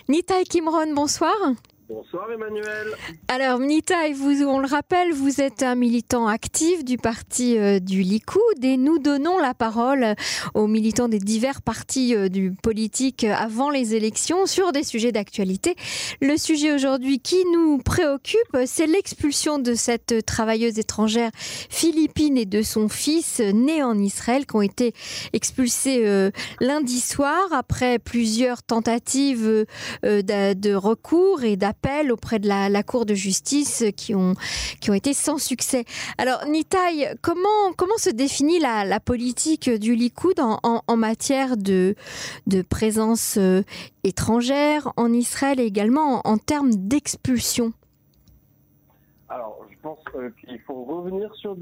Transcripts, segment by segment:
Nitaï Kimron, bonsoir. Bonsoir Emmanuel. Alors Nitaï, on le rappelle, vous êtes un militant actif du parti du Likoud et nous donnons la parole aux militants des divers partis du politique avant les élections sur des sujets d'actualité. Le sujet aujourd'hui qui nous préoccupe, c'est l'expulsion de cette travailleuse étrangère philippine et de son fils né en Israël qui ont été expulsés lundi soir après plusieurs tentatives de recours et d'appel auprès de la Cour de justice qui ont été sans succès. Alors Nitaï, comment se définit la politique du Likoud en matière de présence étrangère en Israël et également en termes d'expulsion? Alors je pense qu'il faut revenir sur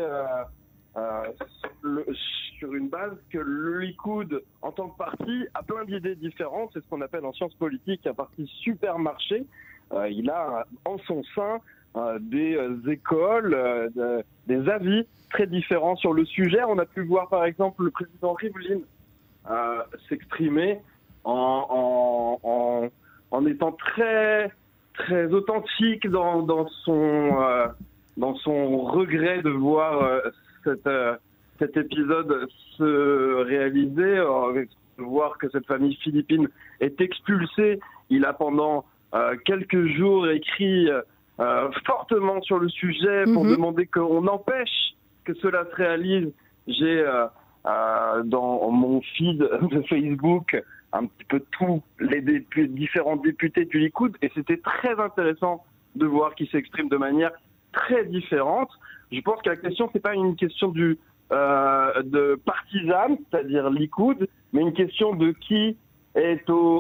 sur une base que le Likoud en tant que parti a plein d'idées différentes. C'est ce qu'on appelle en sciences politiques un parti supermarché. Il a en son sein des écoles, des avis très différents sur le sujet. On a pu voir par exemple le président Rivlin s'exprimer en étant très très authentique dans son regret de voir cet épisode se réaliser, de voir que cette famille philippine est expulsée. Il a pendant quelques jours écrit fortement sur le sujet pour demander qu'on empêche que cela se réalise. J'ai dans mon feed de Facebook un petit peu tous les différents députés du Likoud et c'était très intéressant de voir qu'ils s'expriment de manière très différente. Je pense que la question c'est pas une question de partisane, c'est-à-dire Likoud, mais une question de qui est au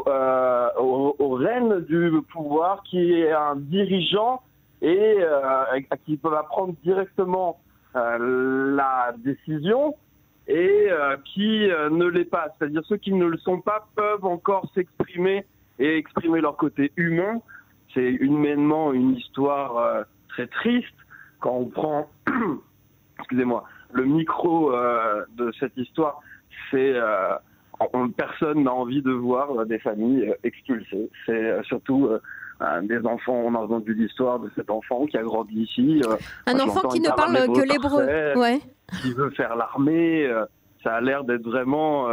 règne du pouvoir, qui est un dirigeant et qui peut prendre directement la décision et qui ne l'est pas. C'est-à-dire ceux qui ne le sont pas peuvent encore s'exprimer et exprimer leur côté humain. C'est humainement une histoire très triste. Quand on prend, excusez-moi, le micro de cette histoire, c'est personne n'a envie de voir des familles expulsées. C'est surtout des enfants. On a entendu l'histoire de cet enfant qui a grandi ici. Un enfant qui ne parle que l'hébreu, ouais. Qui veut faire l'armée. Ça a l'air d'être vraiment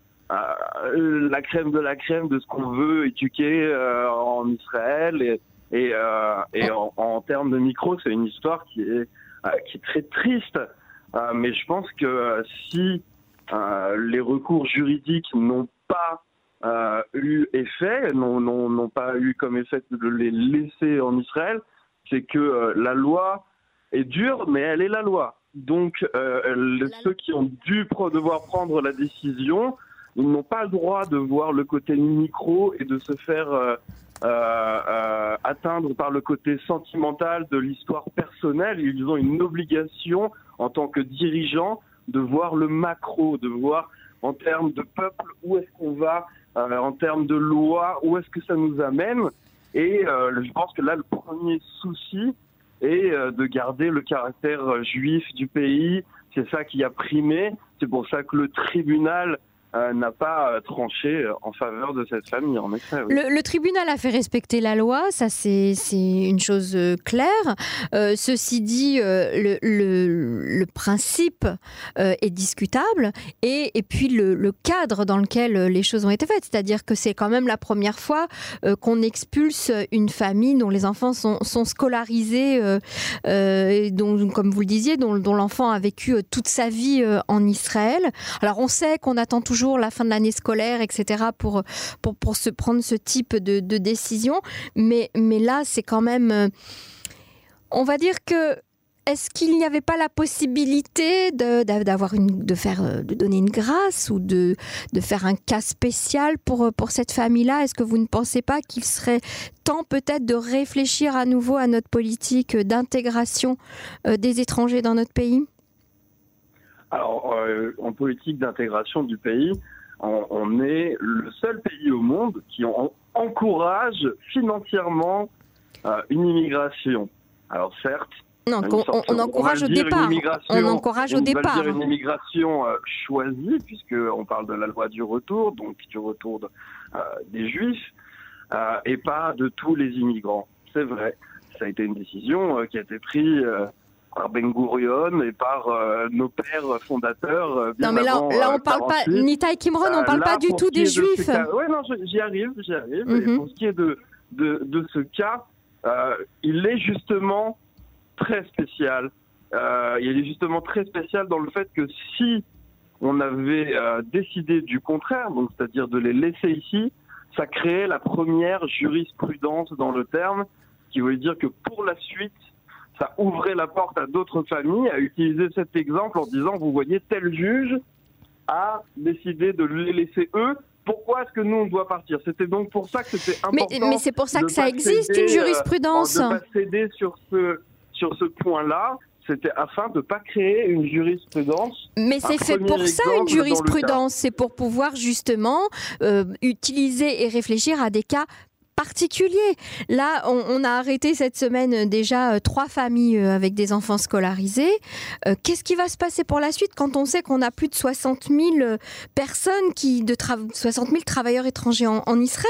la crème de la crème de ce qu'on veut éduquer en Israël. Et en termes de micro, c'est une histoire qui est très triste. Mais je pense que si les recours juridiques n'ont pas eu effet, n'ont pas eu comme effet de les laisser en Israël, c'est que la loi est dure, mais elle est la loi. Donc ceux qui ont dû devoir prendre la décision, ils n'ont pas le droit de voir le côté micro et de se faire atteindre par le côté sentimental de l'histoire personnelle. Ils ont une obligation en tant que dirigeants de voir le macro, de voir en termes de peuple où est-ce qu'on va, en termes de loi, où est-ce que ça nous amène. Et je pense que là, le premier souci est de garder le caractère juif du pays. C'est ça qui a primé. C'est pour ça que le tribunal n'a pas tranché en faveur de cette famille, en effet. Oui. Le tribunal a fait respecter la loi, ça c'est une chose claire. Ceci dit, le principe est discutable et puis le cadre dans lequel les choses ont été faites, c'est-à-dire que c'est quand même la première fois qu'on expulse une famille dont les enfants sont scolarisés, dont, comme vous le disiez, dont l'enfant a vécu toute sa vie en Israël. Alors on sait qu'on attend toujours la fin de l'année scolaire, etc., pour se prendre ce type de décision. Mais là, c'est quand même... on va dire que... Est-ce qu'il n'y avait pas la possibilité de donner une grâce ou de faire un cas spécial pour cette famille-là? Est-ce que vous ne pensez pas qu'il serait temps peut-être de réfléchir à nouveau à notre politique d'intégration des étrangers dans notre pays? Alors, en politique d'intégration du pays, on est le seul pays au monde qui encourage financièrement une immigration. Alors certes, non, on encourage au départ. On encourage au départ. Une immigration choisie, puisqu'on parle de la loi du retour, donc du retour des Juifs. et pas de tous les immigrants. C'est vrai. Ça a été une décision qui a été prise par Ben Gurion et par nos pères fondateurs. Non, mais là, on parle pas, Nitay Kimron, on parle pas du tout des Juifs. Oui, non, j'y arrive. Et pour ce qui est de ce cas, il est justement très spécial. Il est justement très spécial dans le fait que si on avait décidé du contraire, donc c'est-à-dire de les laisser ici, ça créait la première jurisprudence dans le terme, qui voulait dire que pour la suite, ça ouvrait la porte à d'autres familles à utiliser cet exemple en disant, vous voyez, tel juge a décidé de les laisser eux. Pourquoi est-ce que nous, on doit partir? C'était donc pour ça que c'était important. Mais c'est pour ça que ça existe, une jurisprudence. De ne pas céder sur ce point-là. C'était afin de ne pas créer une jurisprudence. Mais c'est fait pour ça, une jurisprudence. C'est pour pouvoir justement utiliser et réfléchir à des cas particuliers. Là, on a arrêté cette semaine déjà 3 familles avec des enfants scolarisés. Qu'est-ce qui va se passer pour la suite quand on sait qu'on a plus de 60 000 personnes, 60 000 travailleurs étrangers en Israël ?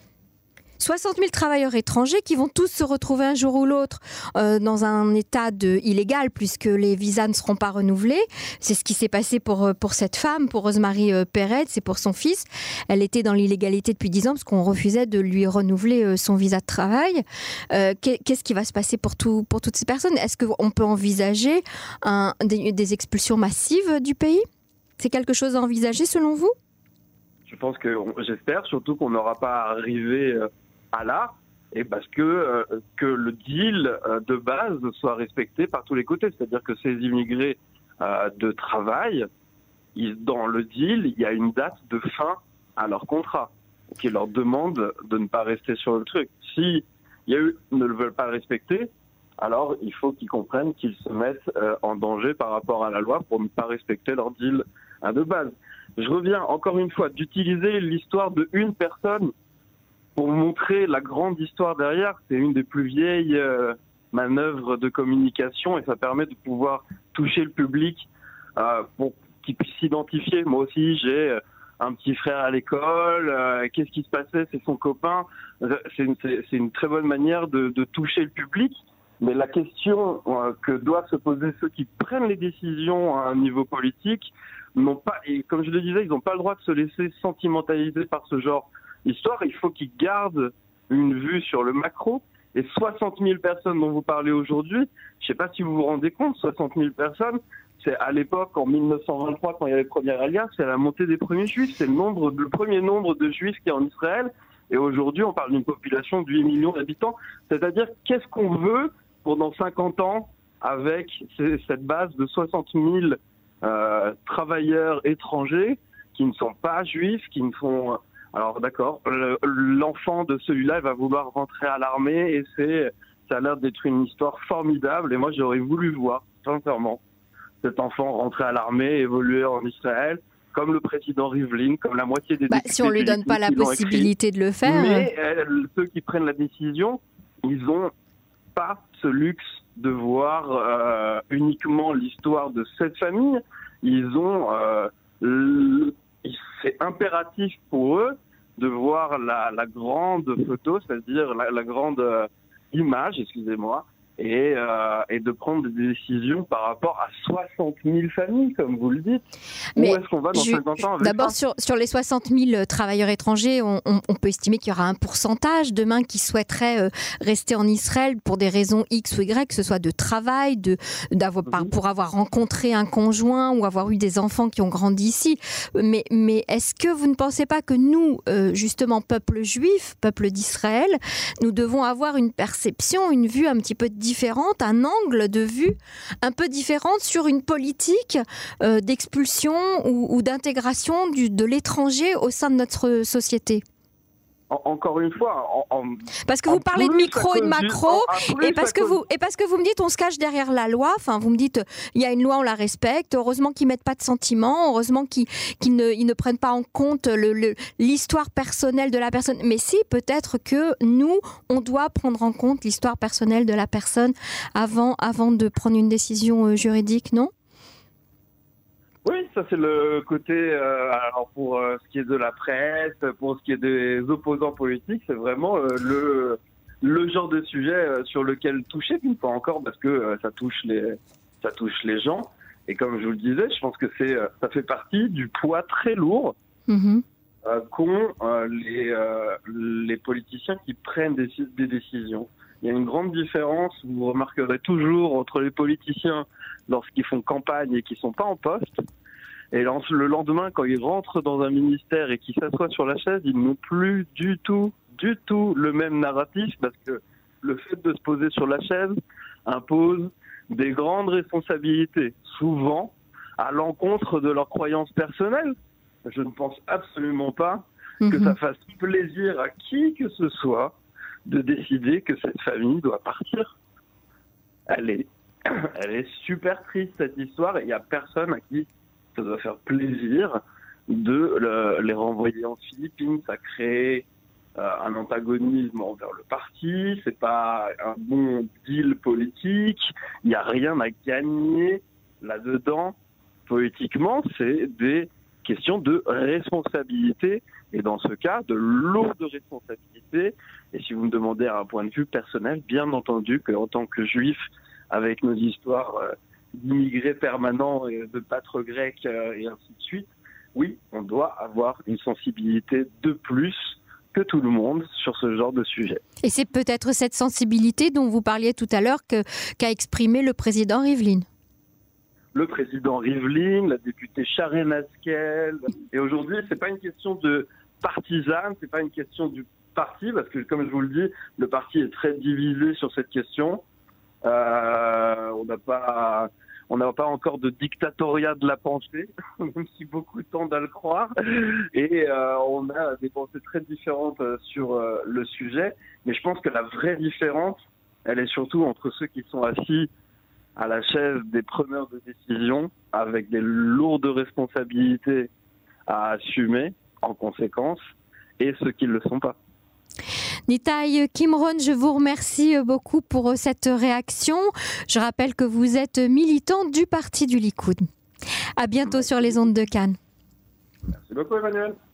60 000 travailleurs étrangers qui vont tous se retrouver un jour ou l'autre dans un état illégal puisque les visas ne seront pas renouvelés. C'est ce qui s'est passé pour cette femme, pour Rosemary Peretz et pour son fils. Elle était dans l'illégalité depuis 10 ans parce qu'on refusait de lui renouveler son visa de travail. Qu'est-ce qui va se passer pour toutes ces personnes? Est-ce qu'on peut envisager des expulsions massives du pays? C'est quelque chose à envisager selon vous? Je pense j'espère surtout qu'on n'aura pas arrivé à là, et parce que le deal de base soit respecté par tous les côtés. C'est-à-dire que ces immigrés de travail, dans le deal, il y a une date de fin à leur contrat qui leur demande de ne pas rester sur le truc. Si ils ne le veulent pas respecter, alors il faut qu'ils comprennent qu'ils se mettent en danger par rapport à la loi pour ne pas respecter leur deal de base. Je reviens encore une fois d'utiliser l'histoire de une personne pour montrer la grande histoire derrière. C'est une des plus vieilles manœuvres de communication et ça permet de pouvoir toucher le public pour qu'il puisse s'identifier. Moi aussi, j'ai un petit frère à l'école. Qu'est-ce qui se passait? C'est son copain. C'est une très bonne manière de toucher le public. Mais la question que doivent se poser ceux qui prennent les décisions à un niveau politique n'ont pas, et comme je le disais, ils n'ont pas le droit de se laisser sentimentaliser par ce genre d'histoire. Il faut qu'ils gardent une vue sur le macro. Et 60 000 personnes dont vous parlez aujourd'hui, je ne sais pas si vous vous rendez compte, 60 000 personnes, c'est à l'époque, en 1923, quand il y avait le premier Aliyah, c'est la montée des premiers juifs. C'est le premier nombre de juifs qui est en Israël. Et aujourd'hui, on parle d'une population de 8 millions d'habitants. C'est-à-dire, qu'est-ce qu'on veut pour dans 50 ans avec cette base de 60 000 travailleurs étrangers qui ne sont pas juifs, qui ne font... Alors d'accord, l'enfant de celui-là, il va vouloir rentrer à l'armée et ça a l'air d'être une histoire formidable. Et moi, j'aurais voulu voir, sincèrement, cet enfant rentrer à l'armée, évoluer en Israël, comme le président Rivlin, comme la moitié des députés. Si on ne lui donne pas la possibilité de le faire... Mais ceux qui prennent la décision, ils n'ont pas ce luxe de voir uniquement l'histoire de cette famille. C'est impératif pour eux de voir la grande photo, c'est-à-dire la grande image, excusez-moi, et de prendre des décisions par rapport à 60 000 familles, comme vous le dites. Mais où est-ce qu'on va dans 50 ans avec d'abord, ça? sur les 60 000 travailleurs étrangers, on peut estimer qu'il y aura un pourcentage demain qui souhaiterait rester en Israël pour des raisons X ou Y, que ce soit de travail, pour avoir rencontré un conjoint ou avoir eu des enfants qui ont grandi ici. Mais est-ce que vous ne pensez pas que nous, justement, peuple juif, peuple d'Israël, nous devons avoir une perception, une vue un petit peu différente, un angle de vue un peu différente sur une politique d'expulsion ou d'intégration de l'étranger au sein de notre société? Encore une fois, parce que vous parlez de micro et de macro, et parce que vous me dites on se cache derrière la loi. Enfin, vous me dites il y a une loi, on la respecte. Heureusement qu'ils mettent pas de sentiments. Heureusement qu'ils ne prennent pas en compte l'histoire personnelle de la personne. Mais si, peut-être que nous, on doit prendre en compte l'histoire personnelle de la personne avant de prendre une décision juridique, non? Oui, ça c'est le côté, alors pour ce qui est de la presse, pour ce qui est des opposants politiques, c'est vraiment le genre de sujet sur lequel toucher, puis pas encore parce que ça touche les gens. Et comme je vous le disais, je pense que ça fait partie du poids très lourd qu'ont les politiciens qui prennent des décisions. Il y a une grande différence, vous remarquerez toujours, entre les politiciens lorsqu'ils font campagne et qui sont pas en poste. Et le lendemain, quand ils rentrent dans un ministère et qu'ils s'assoient sur la chaise, ils n'ont plus du tout le même narratif, parce que le fait de se poser sur la chaise impose des grandes responsabilités, souvent à l'encontre de leurs croyances personnelles. Je ne pense absolument pas que ça fasse plaisir à qui que ce soit de décider que cette famille doit partir. Elle est super triste, cette histoire, et il n'y a personne à qui ça doit faire plaisir de les renvoyer en Philippines. Ça crée un antagonisme envers le parti, c'est pas un bon deal politique, il n'y a rien à gagner là-dedans. Politiquement, c'est des questions de responsabilité, et dans ce cas, de lourde responsabilité. Et si vous me demandez à un point de vue personnel, bien entendu qu'en tant que juif, avec nos histoires d'immigrés permanents et de pâtres grecs et ainsi de suite, oui, on doit avoir une sensibilité de plus que tout le monde sur ce genre de sujet. Et c'est peut-être cette sensibilité dont vous parliez tout à l'heure qu'a exprimé le président Rivlin. Le président Rivlin, la députée Sharon Haskel. Et aujourd'hui, c'est pas une question de partisane, c'est pas une question du parti, parce que comme je vous le dis, le parti est très divisé sur cette question. On n'a pas encore de dictatoriat de la pensée, même si beaucoup tendent à le croire. Et on a des pensées très différentes sur le sujet. Mais je pense que la vraie différence, elle est surtout entre ceux qui sont assis à la chaise des preneurs de décision, avec des lourdes responsabilités à assumer en conséquence, et ceux qui ne le sont pas. Nitai Kimron, je vous remercie beaucoup pour cette réaction. Je rappelle que vous êtes militant du parti du Likoud. À bientôt sur les ondes de Cannes. Merci beaucoup, Emmanuel.